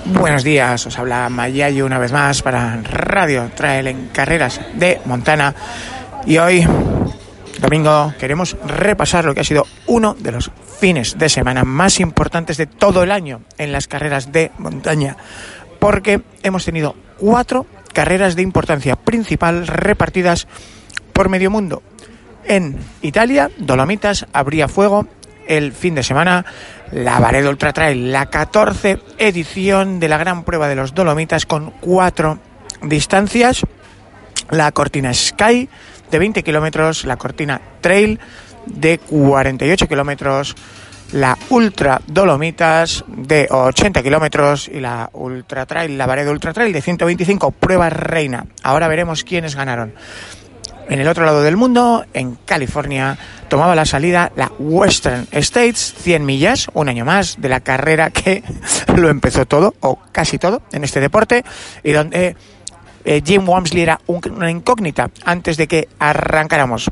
Buenos días, os habla Mayayo una vez más para Radio Trail en Carreras de Montana. Y hoy, domingo, queremos repasar lo que ha sido uno de los fines de semana más importantes de todo el año en las carreras de montaña, porque hemos tenido 4 carreras de importancia principal repartidas por medio mundo. En Italia, Dolomitas, abría fuego el fin de semana la Varedo Ultra Trail, la 14 edición de la gran prueba de los Dolomitas con 4 distancias: la Cortina Sky de 20 kilómetros, la Cortina Trail de 48 kilómetros, la Ultra Dolomitas de 80 kilómetros y la Ultra Trail, la Varedo Ultra Trail de 125, prueba reina. Ahora veremos quiénes ganaron. En el otro lado del mundo, en California, tomaba la salida la Western States, 100 millas, un año más de la carrera que lo empezó todo, o casi todo, en este deporte, y donde Jim Walmsley era una incógnita antes de que arrancáramos.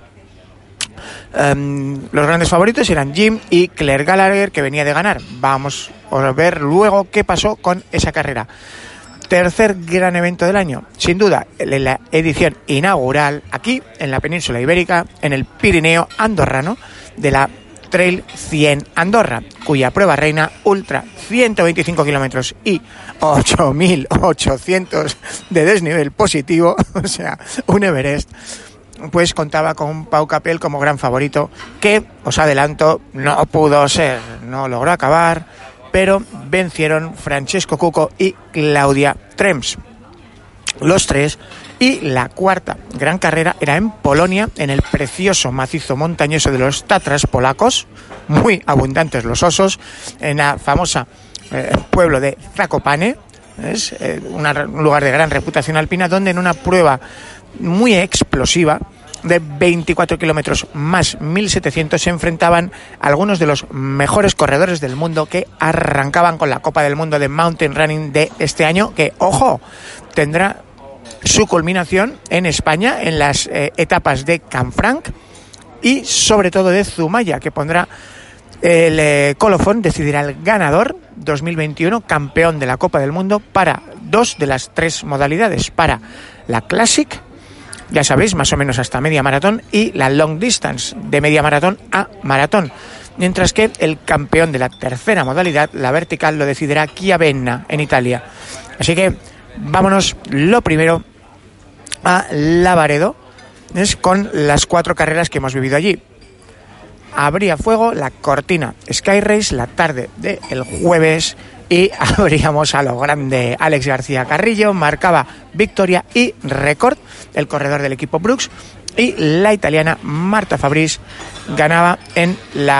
Los grandes favoritos eran Jim y Claire Gallagher, que venía de ganar. Vamos a ver luego qué pasó con esa carrera. Tercer gran evento del año, sin duda, la edición inaugural aquí en la península ibérica, en el Pirineo andorrano, de la Trail 100 Andorra, cuya prueba reina, ultra 125 kilómetros y 8.800 de desnivel positivo, o sea, un Everest, pues contaba con Pau Capell como gran favorito, que, os adelanto, no pudo ser, no logró acabar, pero vencieron Francesco Cuco y Claudia Trems, los tres. Y la cuarta gran carrera era en Polonia, en el precioso macizo montañoso de los Tatras polacos, muy abundantes los osos, en la famosa pueblo de Zakopane, es un lugar de gran reputación alpina, donde en una prueba muy explosiva de 24 kilómetros más 1.700 se enfrentaban algunos de los mejores corredores del mundo que arrancaban con la Copa del Mundo de Mountain Running de este año, que, ojo, tendrá su culminación en España en las etapas de Canfranc y sobre todo de Zumaya, que pondrá el colofón, decidirá el ganador 2021, campeón de la Copa del Mundo, para 2 de las 3 modalidades, para la Classic, ya sabéis, más o menos hasta media maratón, y la long distance, de media maratón a maratón. Mientras que el campeón de la tercera modalidad, la vertical, lo decidirá Chiavenna, en Italia. Así que vámonos lo primero a Lavaredo, con las 4 carreras que hemos vivido allí. Abría fuego la Cortina Sky Race la tarde del jueves, y abríamos a lo grande. Alex García Carrillo marcaba victoria y récord, el corredor del equipo Brooks, y la italiana Marta Fabris ganaba en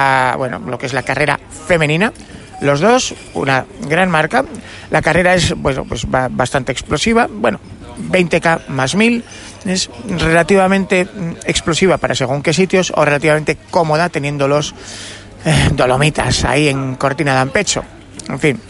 lo que es la carrera femenina. Los dos, una gran marca. La carrera es bastante explosiva, 20K más 1000, es relativamente explosiva para según qué sitios, o relativamente cómoda teniendo los Dolomitas ahí en Cortina d'Ampezzo. En fin,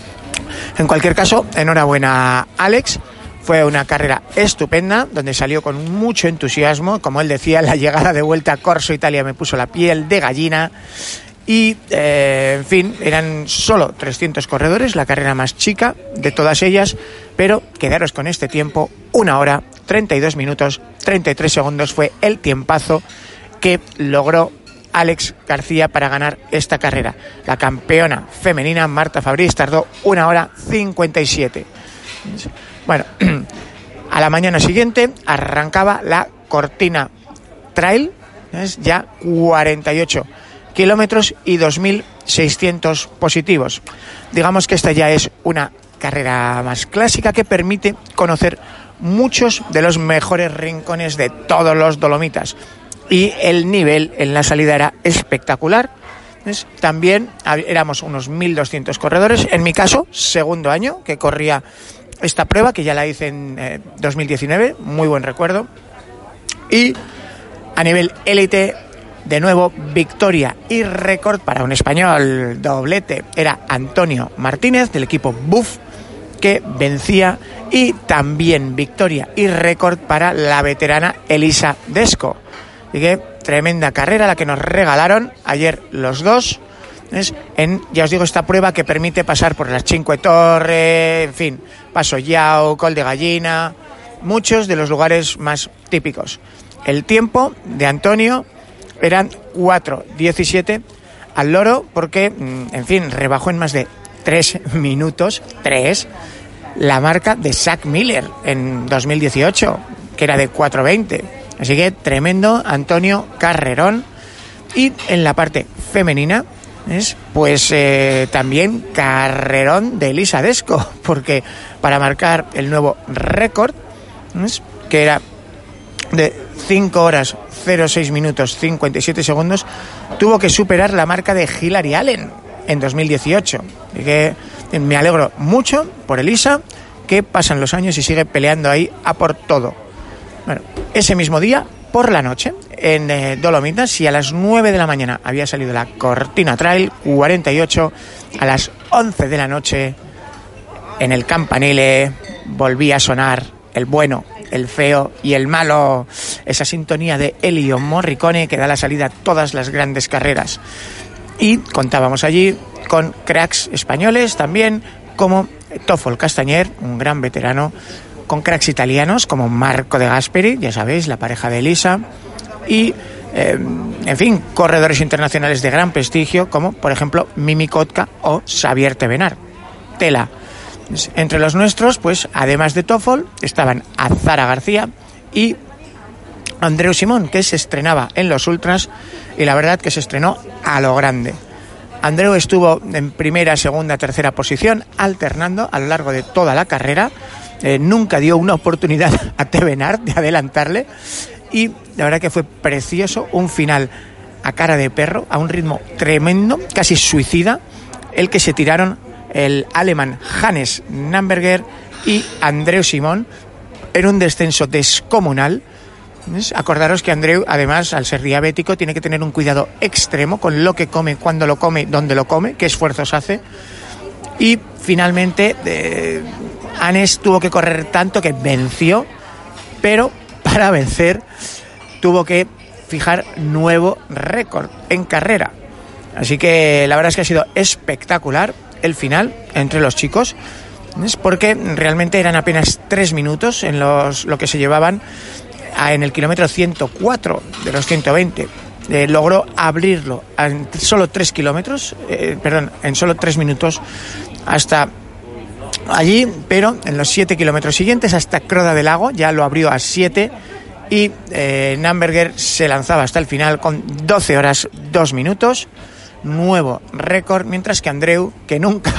en cualquier caso, enhorabuena Alex. Fue una carrera estupenda, donde salió con mucho entusiasmo. Como él decía, la llegada de vuelta a Corso Italia me puso la piel de gallina. Y, en fin, eran solo 300 corredores, la carrera más chica de todas ellas, pero quedaros con este tiempo: 1 hora, 32 minutos, 33 segundos fue el tiempazo que logró Alex García para ganar esta carrera. La campeona femenina Marta Fabris tardó 1 hora 57. Bueno, a la mañana siguiente arrancaba la Cortina Trail, ya 48 kilómetros y 2.600 positivos. Digamos que esta ya es una carrera más clásica que permite conocer muchos de los mejores rincones de todos los Dolomitas. Y el nivel en la salida era espectacular. También éramos unos 1.200 corredores. En mi caso, segundo año que corría esta prueba, que ya la hice en 2019, muy buen recuerdo. Y a nivel élite, de nuevo, victoria y récord para un español, doblete. Era Antonio Martínez, del equipo Buff, que vencía, y también victoria y récord para la veterana Elisa Desco. Así que tremenda carrera la que nos regalaron ayer los dos, Ya os digo, esta prueba que permite pasar por las Cinque Torre, en fin, Passo Yao, Col de Gallina, muchos de los lugares más típicos. El tiempo de Antonio eran 4:17 al loro porque, en fin, rebajó en más de 3 minutos, la marca de Zach Miller en 2018, que era de 4:20. Así que tremendo, Antonio, carrerón. Y en la parte femenina, pues también carrerón de Elisa Desco, porque para marcar el nuevo récord, que era de 5 horas 06 minutos 57 segundos, tuvo que superar la marca de Hilary Allen en 2018. Así que me alegro mucho por Elisa, que pasan los años y sigue peleando ahí a por todo. Bueno, ese mismo día, por la noche, en Dolomitas, y a las 9 de la mañana había salido la Cortina Trail 48, a las 11 de la noche en el Campanile volvía a sonar el bueno, el feo y el malo, esa sintonía de Ennio Morricone que da la salida a todas las grandes carreras. Y contábamos allí con cracks españoles también, como Toffol Castañer, un gran veterano, con cracks italianos como Marco de Gasperi, ya sabéis, la pareja de Elisa, y en fin, corredores internacionales de gran prestigio como por ejemplo Mimi Kotka o Xavier Tevenar. Tela. Entre los nuestros, pues además de Toffol, estaban Azara García y Andreu Simón, que se estrenaba en los ultras, y la verdad que se estrenó a lo grande. Andreu estuvo en primera, segunda, tercera posición, alternando a lo largo de toda la carrera. Nunca dio una oportunidad a Tevenar de adelantarle, y la verdad que fue precioso, un final a cara de perro, a un ritmo tremendo, casi suicida, el que se tiraron el alemán Hannes Namberger y Andreu Simón en un descenso descomunal. Acordaros que Andreu, además, al ser diabético, tiene que tener un cuidado extremo con lo que come, cuando lo come, dónde lo come, qué esfuerzos hace. Y finalmente Hannes tuvo que correr tanto que venció, pero para vencer tuvo que fijar nuevo récord en carrera. Así que la verdad es que ha sido espectacular el final entre los chicos, porque realmente eran apenas 3 minutos en lo que se llevaban en el kilómetro 104 de los 120. Logró abrirlo en solo 3 kilómetros, en solo 3 minutos hasta allí, pero en los 7 kilómetros siguientes hasta Croda del Lago ya lo abrió a 7, y Namberger se lanzaba hasta el final con 12 horas 2 minutos, nuevo récord, mientras que Andreu, que nunca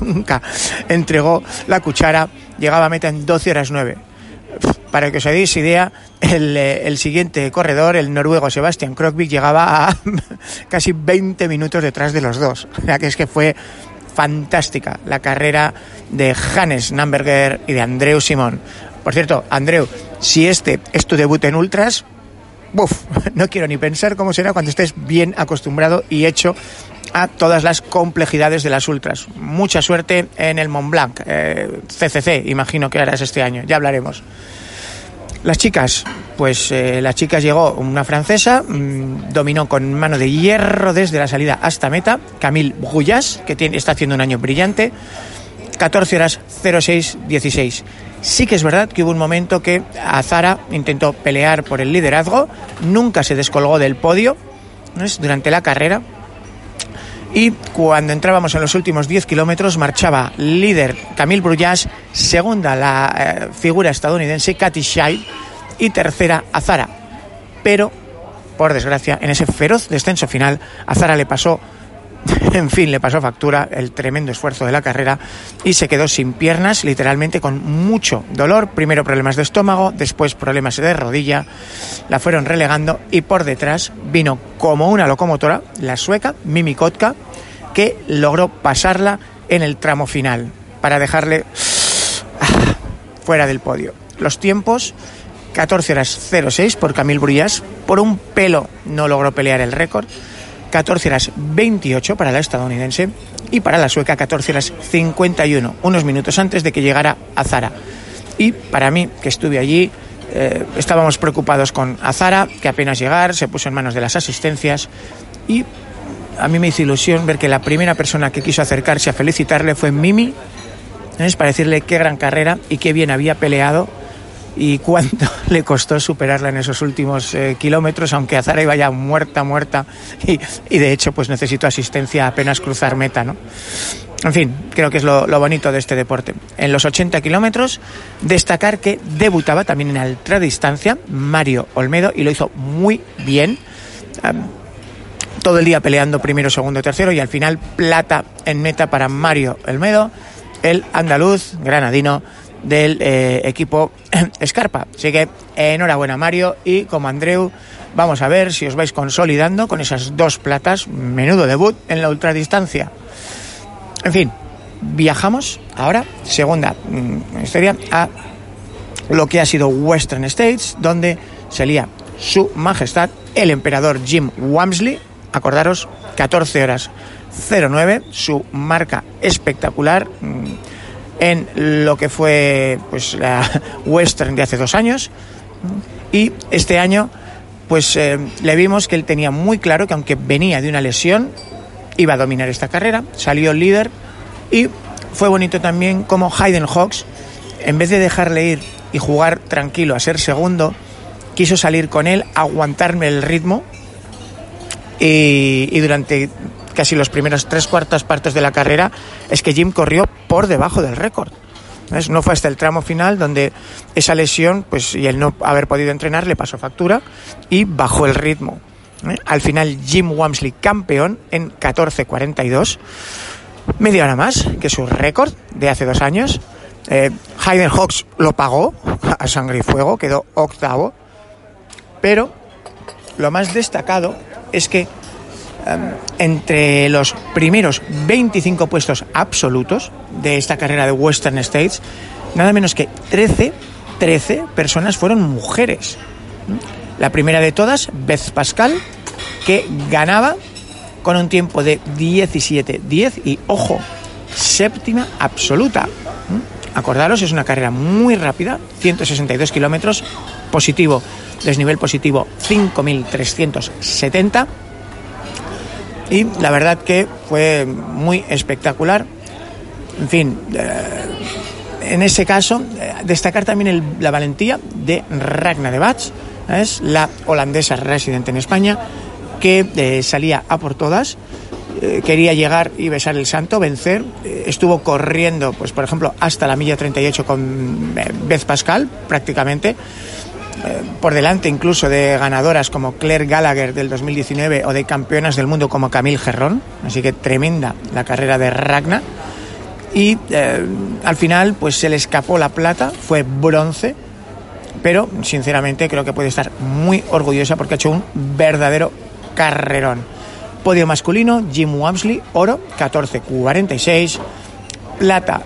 entregó la cuchara, llegaba a meta en 12 horas 9. Para que os hagáis idea, el siguiente corredor, el noruego Sebastian Krogvik, llegaba a casi 20 minutos detrás de los dos. O sea que es que fue fantástica la carrera de Hannes Namberger y de Andreu Simón. Por cierto, Andreu, si este es tu debut en ultras, no quiero ni pensar cómo será cuando estés bien acostumbrado y hecho a todas las complejidades de las ultras. Mucha suerte en el Mont Blanc, CCC, imagino que harás este año, ya hablaremos. Las chicas, pues las chicas llegó una francesa, dominó con mano de hierro desde la salida hasta meta, Camille Bruyas, que está haciendo un año brillante, 14 horas 06:16. Sí que es verdad que hubo un momento que Azara intentó pelear por el liderazgo, nunca se descolgó del podio, ¿no?, durante la carrera, y cuando entrábamos en los últimos 10 kilómetros marchaba líder Camille Bruyas, segunda la figura estadounidense Katy Scheid y tercera Azara. Pero, por desgracia, en ese feroz descenso final, Azara le pasó factura el tremendo esfuerzo de la carrera y se quedó sin piernas, literalmente con mucho dolor. Primero problemas de estómago, después problemas de rodilla, la fueron relegando, y por detrás vino como una locomotora la sueca Mimi Kotka, que logró pasarla en el tramo final para dejarle fuera del podio. Los tiempos: 14 horas 06 por Camille Bruyas, por un pelo no logró pelear el récord. 14 horas 28 para la estadounidense, y para la sueca 14 horas 51, unos minutos antes de que llegara Azara. Y para mí, que estuve allí, estábamos preocupados con Azara, que apenas llegar se puso en manos de las asistencias, y a mí me hizo ilusión ver que la primera persona que quiso acercarse a felicitarle fue Mimi, ¿sabes? Para decirle qué gran carrera y qué bien había peleado y cuánto le costó superarla en esos últimos kilómetros, aunque Azara iba ya muerta y de hecho pues necesitó asistencia apenas cruzar meta, ¿no? En fin, creo que es lo bonito de este deporte. En los 80 kilómetros, destacar que debutaba también en ultradistancia Mario Olmedo y lo hizo muy bien. Todo el día peleando primero, segundo, tercero y al final plata en meta para Mario Olmedo, el andaluz granadino del equipo Scarpa. Así que enhorabuena Mario, y como Andreu vamos a ver si os vais consolidando con esas 2 platas. Menudo debut en la ultradistancia. En fin, viajamos ahora, segunda historia, a lo que ha sido Western States, donde salía su majestad el emperador Jim Walmsley. Acordaros, 14 horas 09, su marca espectacular en lo que fue pues la Western de hace 2 años. Y este año pues le vimos que él tenía muy claro que aunque venía de una lesión iba a dominar esta carrera, salió líder. Y fue bonito también como Hayden Hawks, en vez de dejarle ir y jugar tranquilo a ser segundo, quiso salir con él, aguantarme el ritmo y durante casi los primeros 3/4 partes de la carrera es que Jim corrió por debajo del récord. ¿Ves? No fue hasta el tramo final donde esa lesión pues y el no haber podido entrenar le pasó factura y bajó el ritmo. Al final Jim Walmsley campeón en 14:42, media hora más que su récord de hace 2 años. Hayden Hawks lo pagó a sangre y fuego, quedó 8º, pero lo más destacado es que entre los primeros 25 puestos absolutos de esta carrera de Western States, nada menos que 13 personas fueron mujeres. La primera de todas, Beth Pascal, que ganaba con un tiempo de 17:10 y, ojo, 7ª absoluta. Acordaros, es una carrera muy rápida, 162 kilómetros, positivo, desnivel positivo 5.370. Y la verdad que fue muy espectacular. En fin, en ese caso, destacar también la valentía de Ragna de Bats, es la holandesa residente en España, que salía a por todas, quería llegar y besar el santo, vencer. Estuvo corriendo, pues por ejemplo, hasta la milla 38 con Beth Pascal, prácticamente. Por delante incluso de ganadoras como Claire Gallagher del 2019 o de campeonas del mundo como Camille Herron. Así que tremenda la carrera de Ragna. Y al final pues se le escapó la plata, fue bronce, pero sinceramente creo que puede estar muy orgullosa porque ha hecho un verdadero carrerón. Podio masculino, Jim Walmsley, oro, 14:46, plata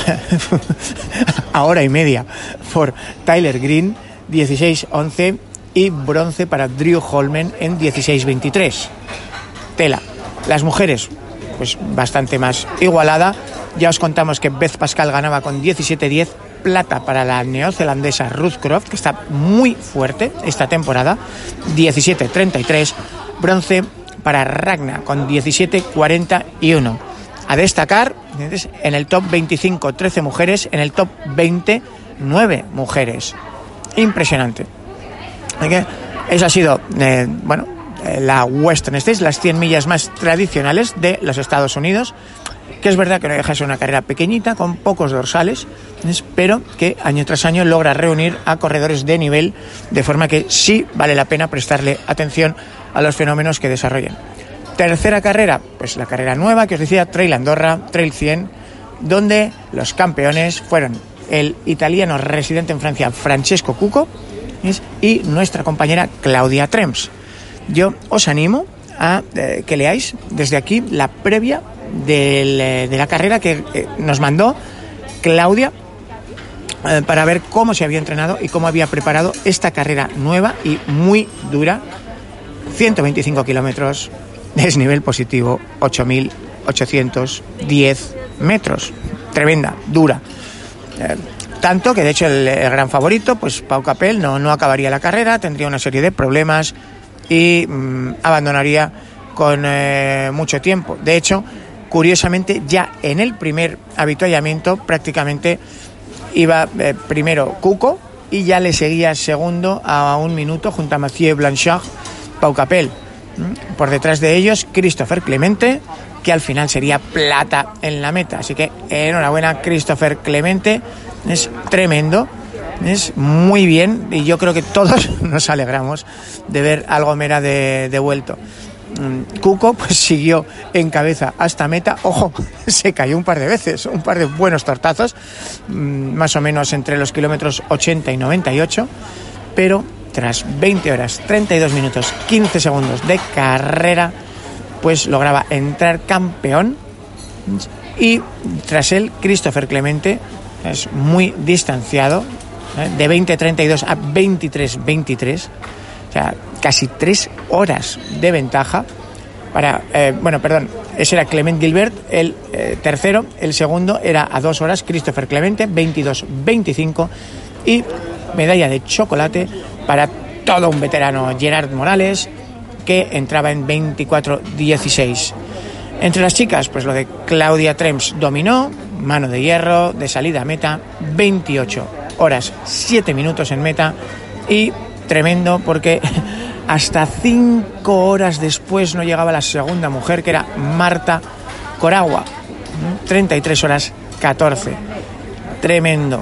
a hora y media por Tyler Green, 16:11, y bronce para Drew Holmen en 16:23. Tela. Las mujeres, pues bastante más igualada. Ya os contamos que Beth Pascal ganaba con 17:10, plata para la neozelandesa Ruth Croft, que está muy fuerte esta temporada, 17:33, bronce para Ragna con 17:41. A destacar, en el top 25, 13 mujeres, en el top 20, 9 mujeres. Impresionante. Eso ha sido, la Western States, las 100 millas más tradicionales de los Estados Unidos, que es verdad que no deja de ser una carrera pequeñita, con pocos dorsales, pero que año tras año logra reunir a corredores de nivel, de forma que sí vale la pena prestarle atención a los fenómenos que desarrollan. Tercera carrera, pues la carrera nueva que os decía, Trail Andorra, Trail 100, donde los campeones fueron el italiano residente en Francia Francesco Cucco y nuestra compañera Claudia Trems. Yo os animo a que leáis desde aquí la previa de la carrera que nos mandó Claudia para ver cómo se había entrenado y cómo había preparado esta carrera nueva y muy dura. 125 kilómetros, desnivel positivo 8.810 metros. Tremenda, dura. Tanto que de hecho el gran favorito, pues Pau Capel, no acabaría la carrera, tendría una serie de problemas y abandonaría con mucho tiempo. De hecho, curiosamente, ya en el primer avituallamiento prácticamente iba primero Cuco y ya le seguía segundo a 1 minuto junto a Mathieu Blanchard, Pau Capel. Por detrás de ellos, Christopher Clemente, que al final sería plata en la meta. Así que enhorabuena, Christopher Clemente, es tremendo, es muy bien, y yo creo que todos nos alegramos de ver a Gomera devuelto. Cuco pues siguió en cabeza hasta meta. Ojo, se cayó un par de veces, un par de buenos tortazos, más o menos entre los kilómetros 80 y 98, pero tras 20 horas, 32 minutos, 15 segundos de carrera, pues lograba entrar campeón. Y tras él, Christopher Clemente es muy distanciado, de 20-32 a 23-23, o sea, casi 3 horas de ventaja para, ese era Clement Gilbert, el tercero. El segundo era a 2 horas, Christopher Clemente, 22-25, y medalla de chocolate para todo un veterano, Gerard Morales, que entraba en 24-16. Entre las chicas, pues lo de Claudia Trems dominó, mano de hierro, de salida a meta, 28 horas 7 minutos en meta, y tremendo porque hasta 5 horas después no llegaba la segunda mujer, que era Marta Coragua, 33 horas 14. Tremendo.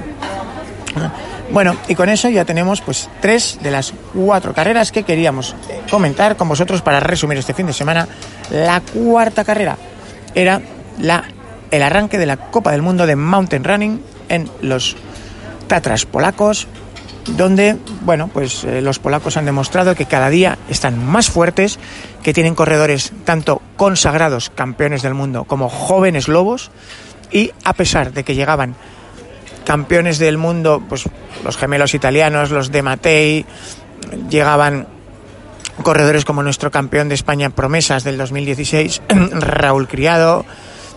Bueno, y con eso ya tenemos pues 3 de las 4 carreras que queríamos comentar con vosotros para resumir este fin de semana. La cuarta carrera era el arranque de la Copa del Mundo de Mountain Running en los Tatras polacos, donde, los polacos han demostrado que cada día están más fuertes, que tienen corredores tanto consagrados campeones del mundo como jóvenes lobos, y a pesar de que llegaban campeones del mundo, pues los gemelos italianos, los de Matei, llegaban corredores como nuestro campeón de España promesas del 2016, Raúl Criado.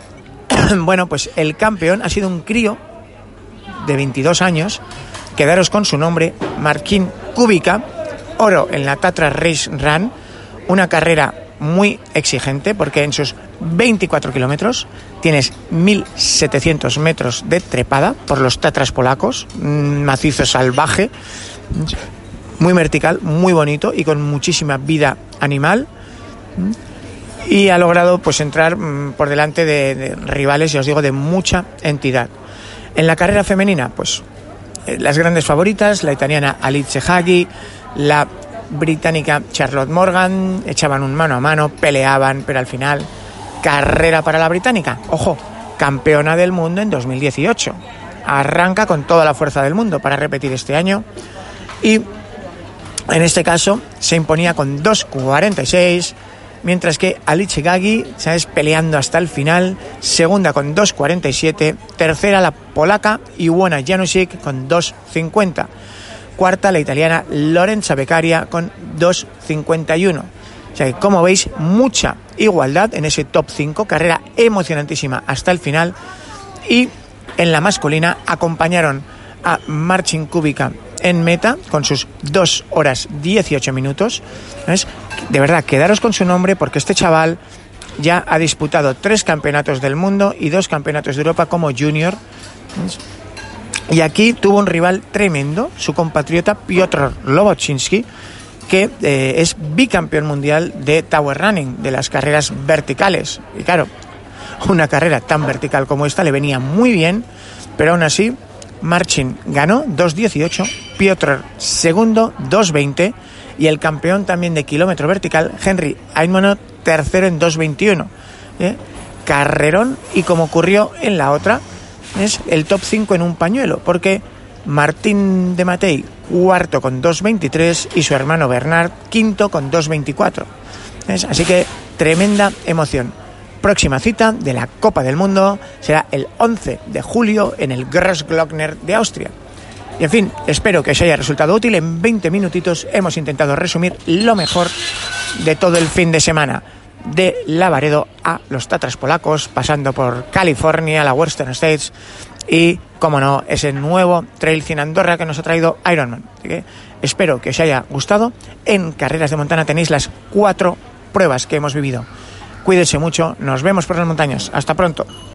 Pues el campeón ha sido un crío de 22 años, quedaros con su nombre, Marcin Kubica, oro en la Tatra Race Run, una carrera muy exigente porque en sus 24 kilómetros tienes 1.700 metros de trepada por los Tatras polacos, macizo salvaje, muy vertical, muy bonito y con muchísima vida animal, y ha logrado pues entrar por delante de rivales, ya os digo, de mucha entidad. En la carrera femenina, pues las grandes favoritas, la italiana Alice Hagi, la británica Charlotte Morgan, echaban un mano a mano, peleaban, pero al final carrera para la británica. Ojo, campeona del mundo en 2018. Arranca con toda la fuerza del mundo para repetir este año, y en este caso se imponía con 2.46, mientras que Alice Hagi, ¿sabes?, peleando hasta el final, segunda con 2.47, tercera la polaca Iwona Janusik con 2.50, cuarta la italiana Lorenza Beccaria con 2.51. O sea que, como veis, mucha igualdad en ese top 5, carrera emocionantísima hasta el final. Y en la masculina acompañaron a Marcin Kubica en meta con sus 2 horas 18 minutos. ¿Ves? De verdad, quedaros con su nombre porque este chaval ya ha disputado 3 campeonatos del mundo y 2 campeonatos de Europa como junior. ¿Ves? Y aquí tuvo un rival tremendo, su compatriota Piotr Loboczynski, que es bicampeón mundial de Tower Running, de las carreras verticales. Y claro, una carrera tan vertical como esta le venía muy bien, pero aún así Marcin ganó 2.18, Piotr segundo 2.20, y el campeón también de kilómetro vertical, Henry Aitmonot, tercero en 2.21. Carrerón, y como ocurrió en la otra, es el top 5 en un pañuelo, porque Martín de Matei, cuarto con 2.23, y su hermano Bernard, quinto con 2.24. Así que tremenda emoción. Próxima cita de la Copa del Mundo será el 11 de julio en el Grossglockner de Austria. Y en fin, espero que os haya resultado útil. En 20 minutitos hemos intentado resumir lo mejor de todo el fin de semana, de Lavaredo a los Tatras polacos, pasando por California, la Western States y, como no, ese nuevo Trail 100 Andorra que nos ha traído Ironman. Así que espero que os haya gustado. En Carreras de Montana tenéis las 4 pruebas que hemos vivido. Cuídense mucho, nos vemos por las montañas. Hasta pronto.